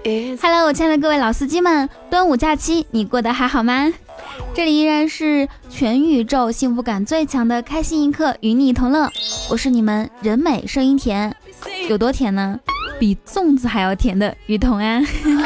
Hello， 我亲爱的各位老司机们，端午假期你过得还好吗？这里依然是全宇宙幸福感最强的开心一刻，与你同乐。我是你们人美声音甜，有多甜呢？比粽子还要甜的雨桐啊。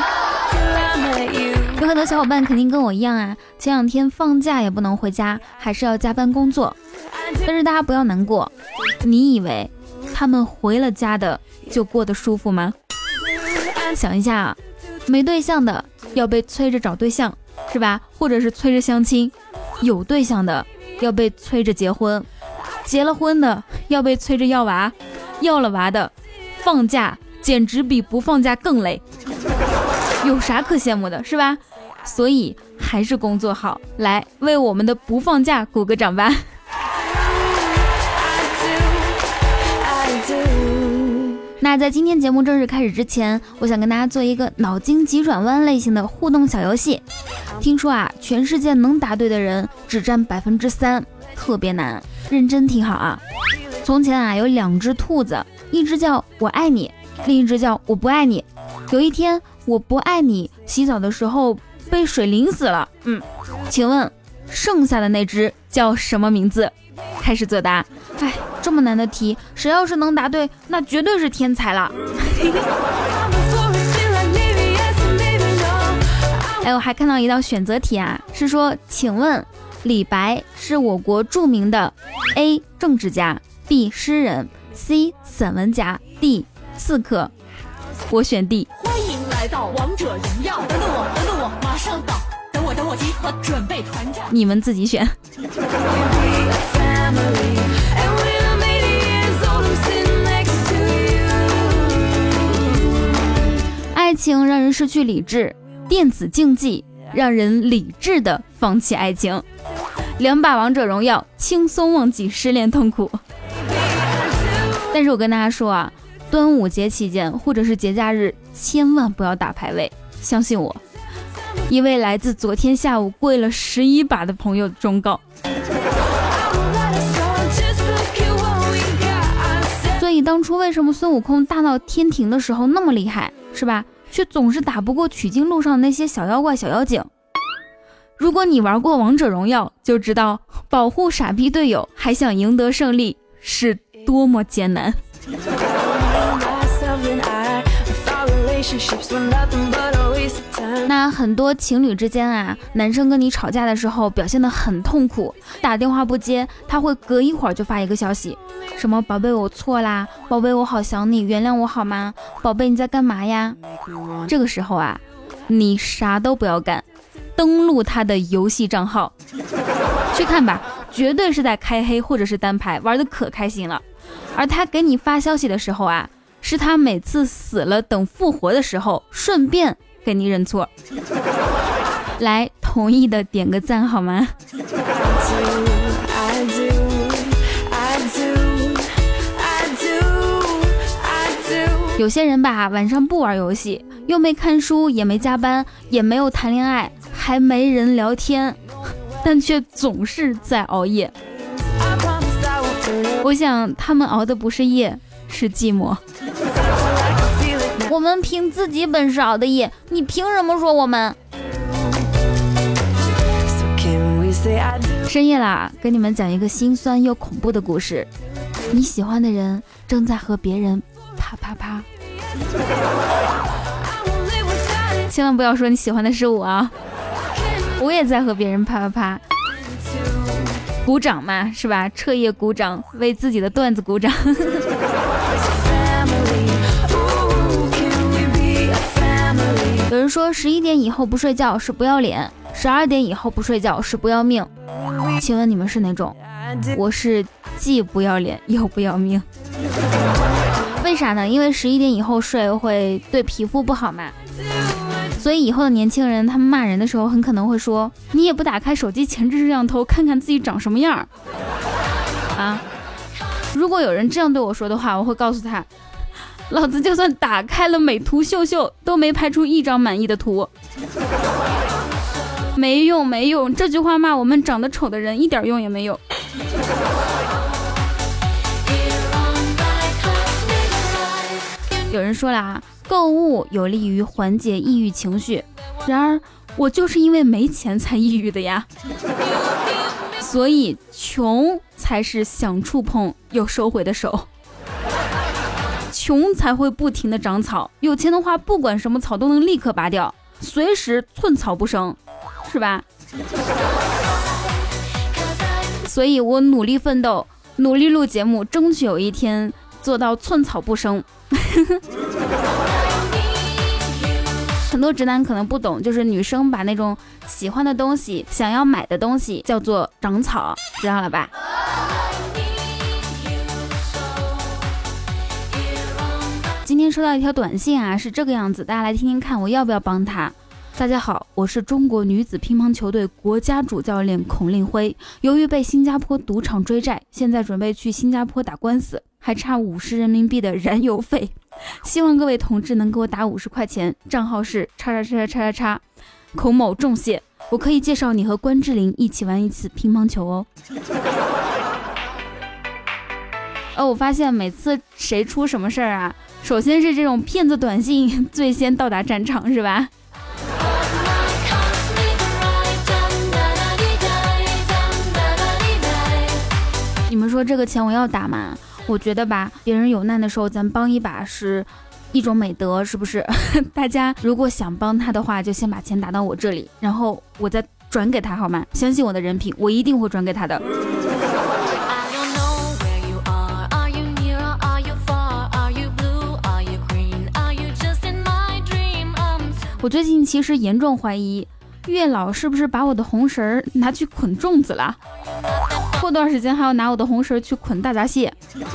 有很多小伙伴肯定跟我一样啊，前两天放假也不能回家，还是要加班工作。但是大家不要难过，你以为他们回了家的就过得舒服吗？想一下啊，没对象的要被催着找对象，是吧？或者是催着相亲，有对象的要被催着结婚，结了婚的要被催着要娃，要了娃的放假简直比不放假更累，有啥可羡慕的，是吧？所以还是工作好，来为我们的不放假鼓个掌吧。那在今天节目正式开始之前，我想跟大家做一个脑筋急转弯类型的互动小游戏。听说啊，全世界能答对的人只占3%，特别难，认真听好啊。从前啊，有2只兔子，一只叫我爱你，另一只叫我不爱你。有一天，我不爱你洗澡的时候被水淋死了，请问剩下的那只叫什么名字？开始作答。哎，这么难的题，谁要是能答对，那绝对是天才了。哎，我还看到一道选择题啊，是说，请问李白是我国著名的 A 政治家， B 诗人， C 散文家， D 刺客。我选 D。 欢迎来到王者荣耀，等等我，马上到，等我集合，准备团战。 你们自己选。爱情让人失去理智，电子竞技让人理智的放弃爱情。2把王者荣耀，轻松忘记失恋痛苦。但是我跟大家说啊，端午节期间或者是节假日，千万不要打排位，相信我，一位来自昨天下午跪了11把的朋友忠告。所以当初为什么孙悟空大闹天庭的时候那么厉害，是吧？却总是打不过取经路上的那些小妖怪小妖精。如果你玩过王者荣耀，就知道保护傻逼队友还想赢得胜利是多么艰难。那很多情侣之间啊，男生跟你吵架的时候表现得很痛苦，打电话不接，他会隔一会儿就发一个消息，什么宝贝我错啦，宝贝我好想你，原谅我好吗？宝贝你在干嘛呀？这个时候啊，你啥都不要干，登录他的游戏账号去看吧，绝对是在开黑或者是单排，玩得可开心了。而他给你发消息的时候啊，是他每次死了等复活的时候顺便给你认错。来，同意的点个赞好吗？有些人吧，晚上不玩游戏，又没看书，也没加班，也没有谈恋爱，还没人聊天，但却总是在熬夜。我想他们熬的不是夜，是寂寞。我们凭自己本事熬的夜，你凭什么说我们？深夜啦，跟你们讲一个心酸又恐怖的故事。你喜欢的人正在和别人啪啪啪。千万不要说你喜欢的是我啊，我也在和别人啪啪啪。鼓掌嘛，是吧？彻夜鼓掌，为自己的段子鼓掌。有人说11点以后不睡觉是不要脸，12点以后不睡觉是不要命。请问你们是哪种？我是既不要脸又不要命。为啥呢？因为11点以后睡会对皮肤不好嘛。所以以后的年轻人，他们骂人的时候很可能会说，你也不打开手机前置摄像头看看自己长什么样啊。如果有人这样对我说的话，我会告诉他，老子就算打开了美图秀秀都没拍出一张满意的图。没用没用，这句话骂我们长得丑的人一点用也没有。有人说了啊， 购物有利于缓解抑郁情绪，然而我就是因为没钱才抑郁的呀。所以穷才是想触碰又收回的手，穷才会不停的长草，有钱的话不管什么草都能立刻拔掉，随时寸草不生，是吧？所以我努力奋斗，努力录节目，争取有一天做到寸草不生。很多直男可能不懂，就是女生把那种喜欢的东西、想要买的东西叫做长草，知道了吧？今天收到一条短信啊，是这个样子，大家来听听看，我要不要帮他？大家好，我是中国女子乒乓球队国家主教练孔令辉，由于被新加坡赌场追债，现在准备去新加坡打官司，还差50人民币的燃油费，希望各位同志能给我打50块钱，账号是叉，孔某重谢，我可以介绍你和关之琳一起玩一次乒乓球哦。我发现每次谁出什么事儿啊，首先是这种骗子短信最先到达战场，是吧？你们说这个钱我要打吗？我觉得吧，别人有难的时候咱帮一把是一种美德，是不是？大家如果想帮他的话，就先把钱打到我这里，然后我再转给他，好吗？相信我的人品，我一定会转给他的。我最近其实严重怀疑月老是不是把我的红绳拿去捆粽子了，过段时间还要拿我的红绳去捆大闸蟹。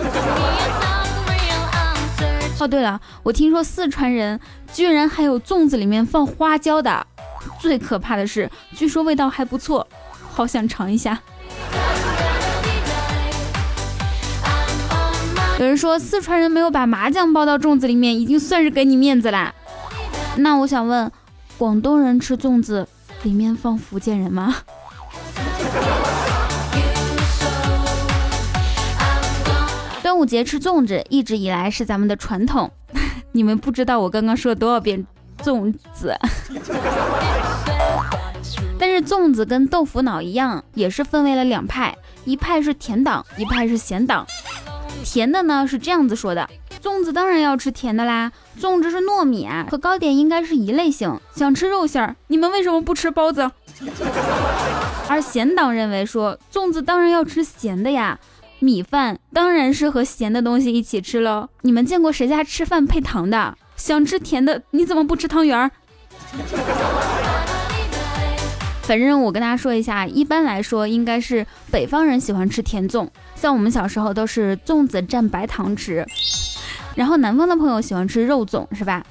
哦对了，我听说四川人居然还有粽子里面放花椒的，最可怕的是据说味道还不错，好想尝一下。有人说四川人没有把麻酱包到粽子里面已经算是给你面子啦，那我想问，广东人吃粽子里面放福建人吗？端午节吃粽子一直以来是咱们的传统，你们不知道我刚刚说了多少遍粽子。但是粽子跟豆腐脑一样，也是分为了两派，一派是甜党，一派是咸党。甜的呢是这样子说的，粽子当然要吃甜的啦，粽子是糯米啊，和糕点应该是一类型，想吃肉馅儿，你们为什么不吃包子？而咸党认为说，粽子当然要吃咸的呀，米饭当然是和咸的东西一起吃了，你们见过谁家吃饭配糖的？想吃甜的你怎么不吃汤圆儿？反正我跟大家说一下，一般来说应该是北方人喜欢吃甜粽，像我们小时候都是粽子蘸白糖吃，然后南方的朋友喜欢吃肉粽，是吧？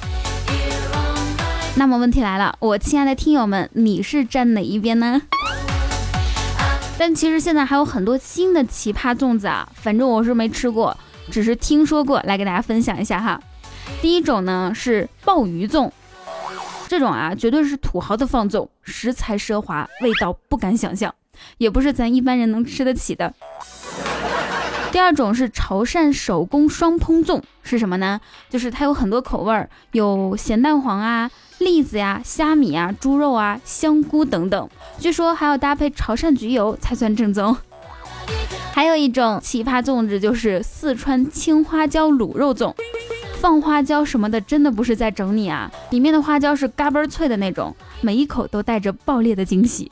那么问题来了，我亲爱的听友们，你是站哪一边呢？但其实现在还有很多新的奇葩粽子啊，反正我是没吃过，只是听说过，来给大家分享一下哈。第一种呢是鲍鱼粽，这种啊绝对是土豪的放纵，食材奢华，味道不敢想象，也不是咱一般人能吃得起的。第二种是潮汕手工双烹粽，是什么呢？就是它有很多口味，有咸蛋黄啊、栗子呀、虾米啊、猪肉啊、香菇等等，据说还要搭配潮汕焗油才算正宗。还有一种奇葩粽子就是四川青花椒卤肉粽，放花椒什么的真的不是在整你啊，里面的花椒是嘎嘣脆的那种，每一口都带着爆裂的惊喜。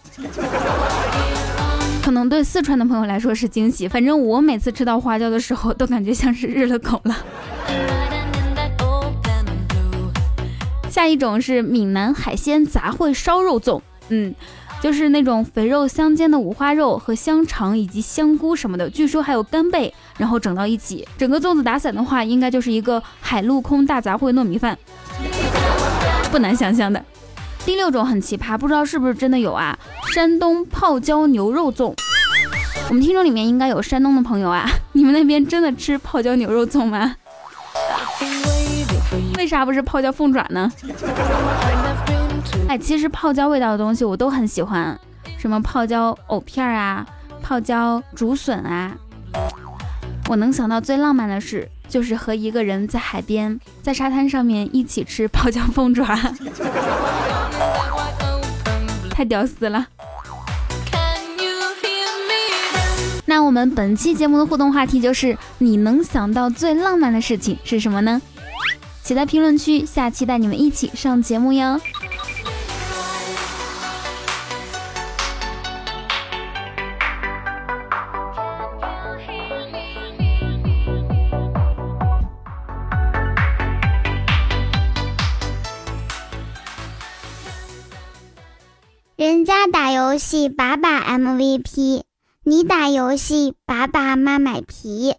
可能对四川的朋友来说是惊喜，反正我每次吃到花椒的时候都感觉像是日了狗了。下一种是闽南海鲜杂烩烧肉粽，就是那种肥肉相间的五花肉和香肠以及香菇什么的，据说还有干贝，然后整到一起，整个粽子打散的话应该就是一个海陆空大杂烩糯米饭，不难想象的。第六种很奇葩，不知道是不是真的有啊，山东泡椒牛肉粽。我们听众里面应该有山东的朋友啊，你们那边真的吃泡椒牛肉粽吗？为啥不是泡椒凤爪呢？其实泡椒味道的东西我都很喜欢，什么泡椒藕片啊、泡椒竹笋啊。我能想到最浪漫的事， 就是和一个人在海边，在沙滩上面一起吃泡椒凤爪，太屌丝了。那我们本期节目的互动话题就是你能想到最浪漫的事情是什么呢？写在评论区，下期带你们一起上节目哟。 人家打游戏把 MVP， 你打游戏把妈买皮。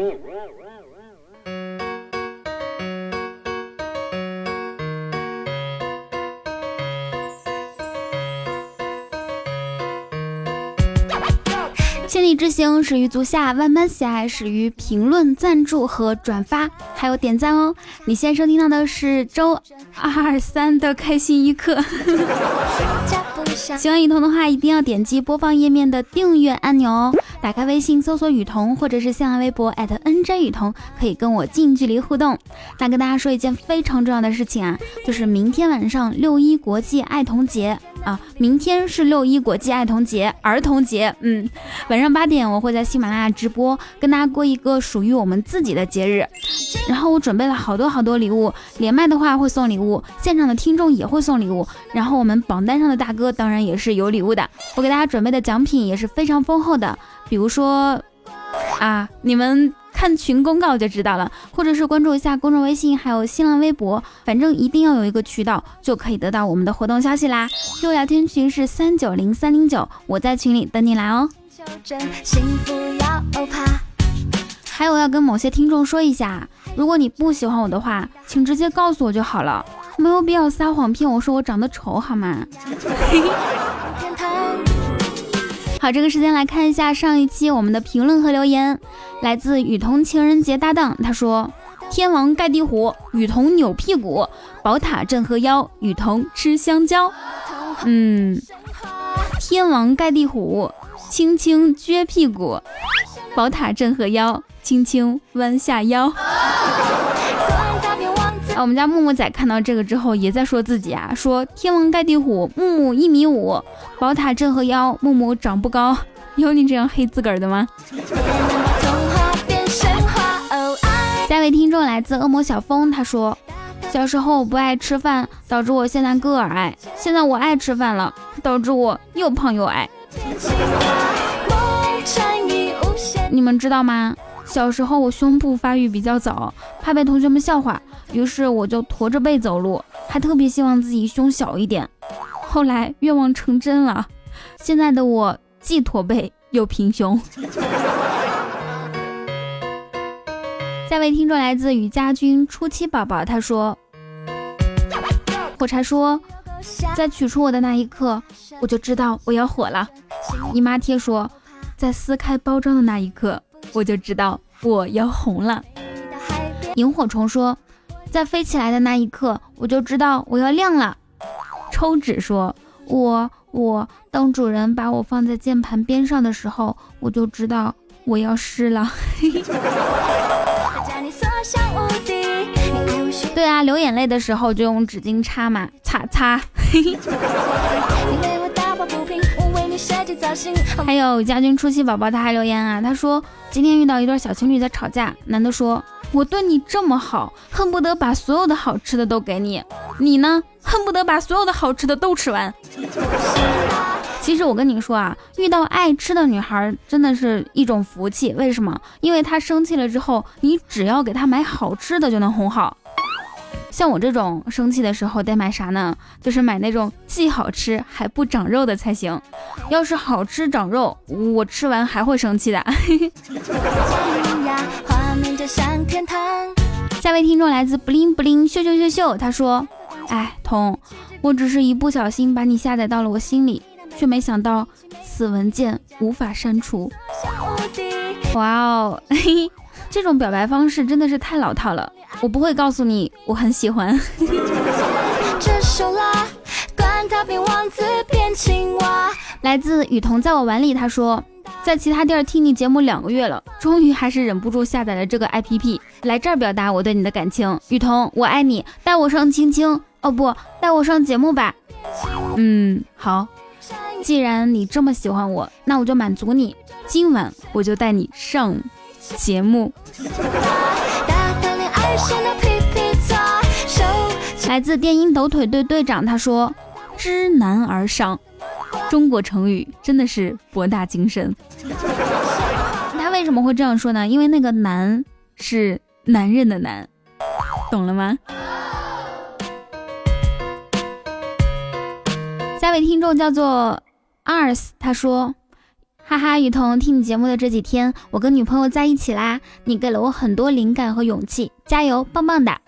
千里之行始于足下，万般喜爱始于评论、赞助和转发，还有点赞哦。你现在收听到的是周223的开心一刻。喜欢雨桐的话，一定要点击播放页面的订阅按钮哦。打开微信搜索雨桐，或者是新浪微博@NJ雨桐，可以跟我近距离互动。那跟大家说一件非常重要的事情啊，就是明天晚上6·1国际爱童节啊，明天是6·1国际爱童节，儿童节。晚上8点我会在喜马拉雅直播，跟大家过一个属于我们自己的节日。然后我准备了好多礼物，连麦的话会送礼物，现场的听众也会送礼物，然后我们榜单上的大哥当然也是有礼物的。我给大家准备的奖品也是非常丰厚的，比如说你们看群公告就知道了，或者是关注一下公众微信还有新浪微博，反正一定要有一个渠道就可以得到我们的活动消息啦。QQ 聊天群是390309，我在群里等你来哦。还有要跟某些听众说一下，如果你不喜欢我的话，请直接告诉我就好了，没有必要撒谎骗我说我长得丑好吗？好，这个时间来看一下上一期我们的评论和留言，来自雨桐情人节搭档，他说天王盖地虎，雨桐扭屁股，宝塔镇河妖，雨桐吃香蕉。天王盖地虎，轻轻撅屁股，宝塔镇河妖，轻轻弯下腰。我们家木木仔看到这个之后也在说自己说天王盖地虎，木木1.5米，宝塔镇河妖，木木长不高。有你这样黑自个儿的吗？下一位听众来自恶魔小风，他说小时候我不爱吃饭，导致我现在个儿矮，现在我爱吃饭了，导致我又胖又矮。你们知道吗？小时候我胸部发育比较早，怕被同学们笑话，于是我就驼着背走路，还特别希望自己胸小一点。后来愿望成真了，现在的我既驼背又平胸。下位听众来自雨家军初期宝宝，他说火柴说在取出我的那一刻，我就知道我要火了。姨妈贴说在撕开包装的那一刻，我就知道我要红了。萤火虫说在飞起来的那一刻，我就知道我要亮了。抽纸说我当主人把我放在键盘边上的时候，我就知道我要湿了。对啊，流眼泪的时候就用纸巾擦嘛，擦。还有家军初期宝宝他还留言他说今天遇到一对小情侣在吵架，男的说我对你这么好，恨不得把所有的好吃的都给你，你呢恨不得把所有的好吃的都吃完。其实我跟你说遇到爱吃的女孩真的是一种福气。为什么？因为她生气了之后，你只要给她买好吃的就能哄好。像我这种生气的时候得买啥呢？就是买那种既好吃还不长肉的才行。要是好吃长肉，我吃完还会生气的。下位听众来自不灵不灵秀秀秀秀，他说彤，我只是一不小心把你下载到了我心里，却没想到此文件无法删除。哇哦，这种表白方式真的是太老套了，我不会告诉你我很喜欢。来自雨桐在我碗里，他说在其他地儿听你节目2个月了，终于还是忍不住下载了这个 APP， 来这儿表达我对你的感情。雨桐，我爱你，带我上青青，哦不，带我上节目吧。好，既然你这么喜欢我，那我就满足你，今晚我就带你上节目。来自电音抖腿队队长，他说知难而上，中国成语真的是博大精深。他为什么会这样说呢？因为那个难是男人的难，懂了吗？下位听众叫做 Ars， 他说哈哈，雨桐，听你节目的这几天，我跟女朋友在一起啦，你给了我很多灵感和勇气，加油，棒棒的。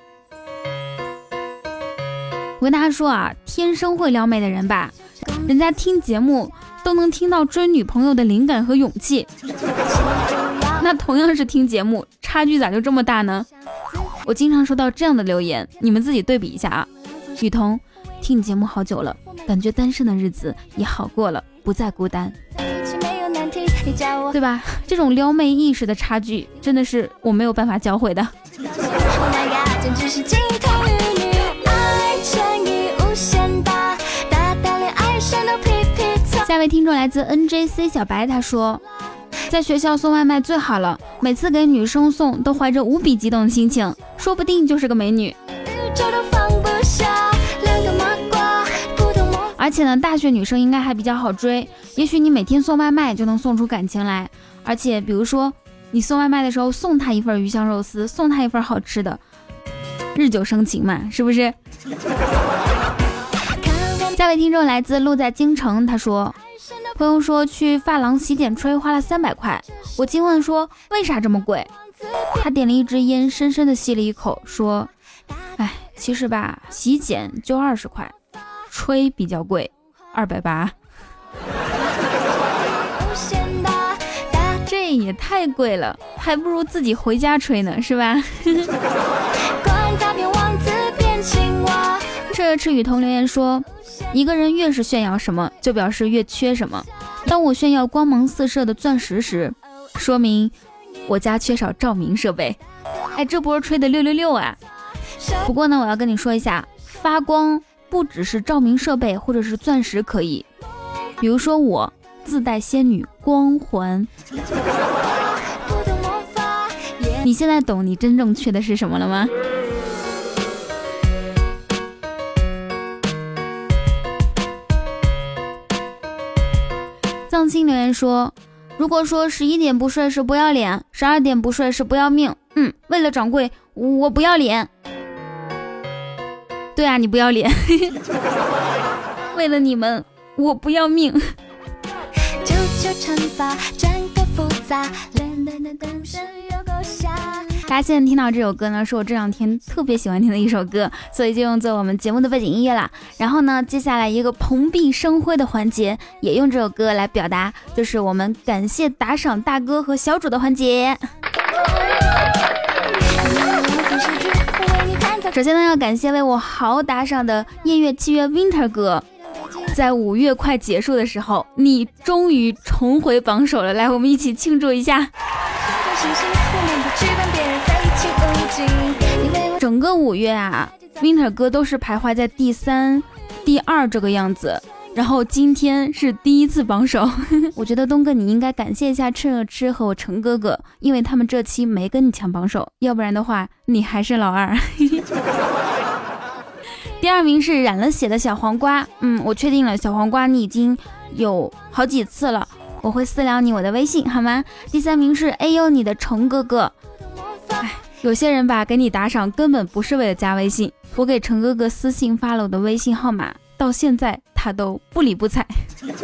我跟大家说啊，天生会撩妹的人吧，人家听节目都能听到追女朋友的灵感和勇气，那同样是听节目，差距咋就这么大呢？我经常收到这样的留言，你们自己对比一下啊。雨桐，听你节目好久了，感觉单身的日子也好过了，不再孤单，对吧？这种撩妹意识的差距真的是我没有办法教会的。下位听众来自 NJC 小白，他说在学校送外卖最好了，每次给女生送都怀着无比激动的心情，说不定就是个美女。而且呢，大学女生应该还比较好追，也许你每天送外卖就能送出感情来。而且比如说你送外卖的时候送她一份鱼香肉丝，送她一份好吃的，日久生情嘛，是不是？下位听众来自路在京城，他说朋友说去发廊洗剪吹花了300块，我惊问说为啥这么贵？他点了一支烟，深深的吸了一口，说其实吧，洗剪就20块，吹比较贵，280。这也太贵了，还不如自己回家吹呢，是吧？赤雨桐留言说，一个人越是炫耀什么，就表示越缺什么。当我炫耀光芒四射的钻石时，说明我家缺少照明设备。这波吹的666啊！不过呢，我要跟你说一下，发光不只是照明设备或者是钻石可以，比如说我自带仙女光环。你现在懂你真正缺的是什么了吗？藏青留言说，如果说11点不睡是不要脸，12点不睡是不要命，为了掌柜我不要脸。对啊，你不要脸。为了你们我不要命。大家现在听到这首歌呢，是我这2天特别喜欢听的一首歌，所以就用作我们节目的背景音乐啦。然后呢，接下来一个蓬荜生辉的环节，也用这首歌来表达，就是我们感谢打赏大哥和小主的环节。首先呢，要感谢为我好打赏的夜月7月 Winter 哥，在5月快结束的时候，你终于重回榜首了，来，我们一起庆祝一下。整个5月啊 Winter 哥都是徘徊在第3、第2这个样子，然后今天是第1次榜首。我觉得东哥你应该感谢一下趁热吃和我成哥哥，因为他们这期没跟你抢榜首，要不然的话你还是老2。第2名是染了血的小黄瓜，我确定了，小黄瓜你已经有好几次了，我会私聊你我的微信好吗？第3名是哎呦你的成哥哥，有些人吧给你打赏根本不是为了加微信，我给成哥哥私信发了我的微信号码，到现在他都不理不睬。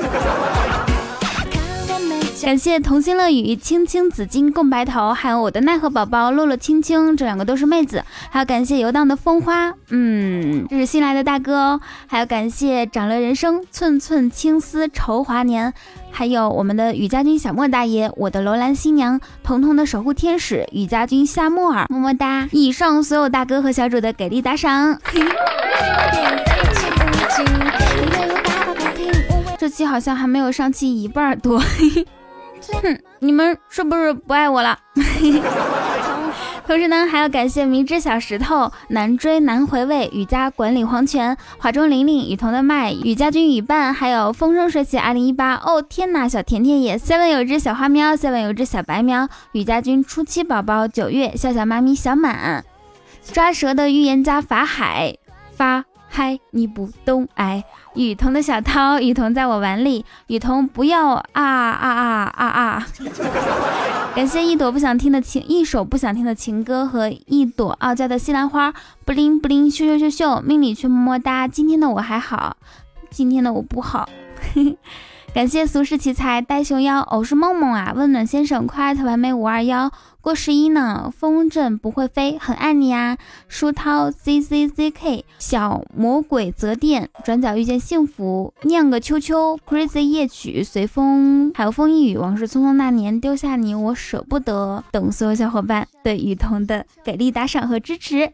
感谢童心乐语、青青紫金共白头，还有我的奈何宝宝洛洛青青，这2个都是妹子。还有感谢游荡的风花，这是新来的大哥哦。还有感谢长乐人生、寸寸青丝愁华年，还有我们的雨家军小莫大爷，我的楼兰新娘，彤彤的守护天使，雨家军夏木耳，么么哒！以上所有大哥和小主的给力打赏。这期好像还没有上期一半多。 哼，你们是不是不爱我了？同时呢，还要感谢迷之小石头、难追难回味、雨家管理黄泉、华中玲玲、雨桐的麦、雨家军雨伴，还有风生水起2018。哦天哪，小甜甜也 7 有只小花喵，7有只小白喵，雨家军初期宝宝9月，笑笑妈咪小满，抓蛇的预言家法海发嗨你不懂爱，雨桐的小涛，雨桐在我碗里，雨桐不要感谢一首不想听的情歌和一朵傲娇的西兰花，不灵不灵咻咻咻咻，命里去么么哒。今天的我还好，今天的我不好。感谢俗世奇才呆熊妖，偶是梦梦啊，温暖先生快特完美521，过11呢，风筝不会飞，很爱你啊，舒涛 CCZK， 小魔鬼泽店，转角遇见幸福，酿个秋秋 Crazy 夜曲，随风，还有风一雨，往事匆匆那年，丢下你我舍不得，等所有小伙伴对雨桐的给力打赏和支持。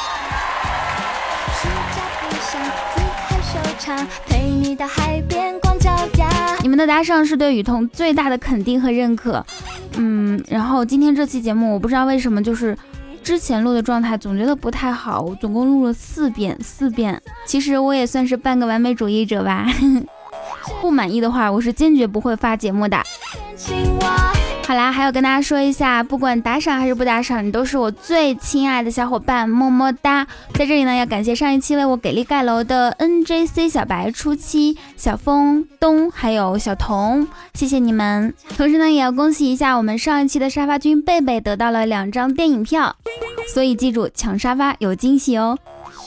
陪你到海边光脚丫，你们的打赏是对雨桐最大的肯定和认可。然后今天这期节目我不知道为什么就是之前录的状态总觉得不太好，我总共录了4遍，其实我也算是半个完美主义者吧。不满意的话我是坚决不会发节目的。好啦，还要跟大家说一下，不管打赏还是不打赏，你都是我最亲爱的小伙伴，么么哒。在这里呢，要感谢上一期为我给力盖楼的 NJC 小白、初期、小风、东还有小童，谢谢你们。同时呢，也要恭喜一下我们上一期的沙发君贝贝得到了2张电影票，所以记住抢沙发有惊喜哦。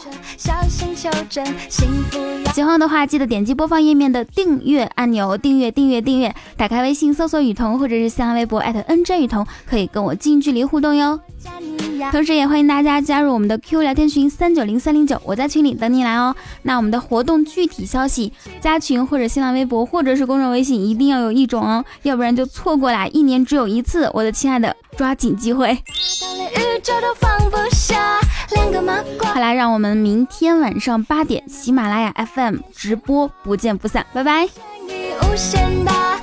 喜欢的话记得点击播放页面的订阅按钮，订阅，打开微信搜索雨桐，或者是新浪微博@NJ雨桐，可以跟我近距离互动哟。同时也欢迎大家加入我们的 Q 聊天群390309，我在群里等你来哦。那我们的活动具体消息，加群或者新浪微博或者是公众微信一定要有1种哦，要不然就错过啦，1年只有1次，我的亲爱的，抓紧机会。好啦，让我们明天晚上8点喜马拉雅 FM 直播不见不散，拜拜。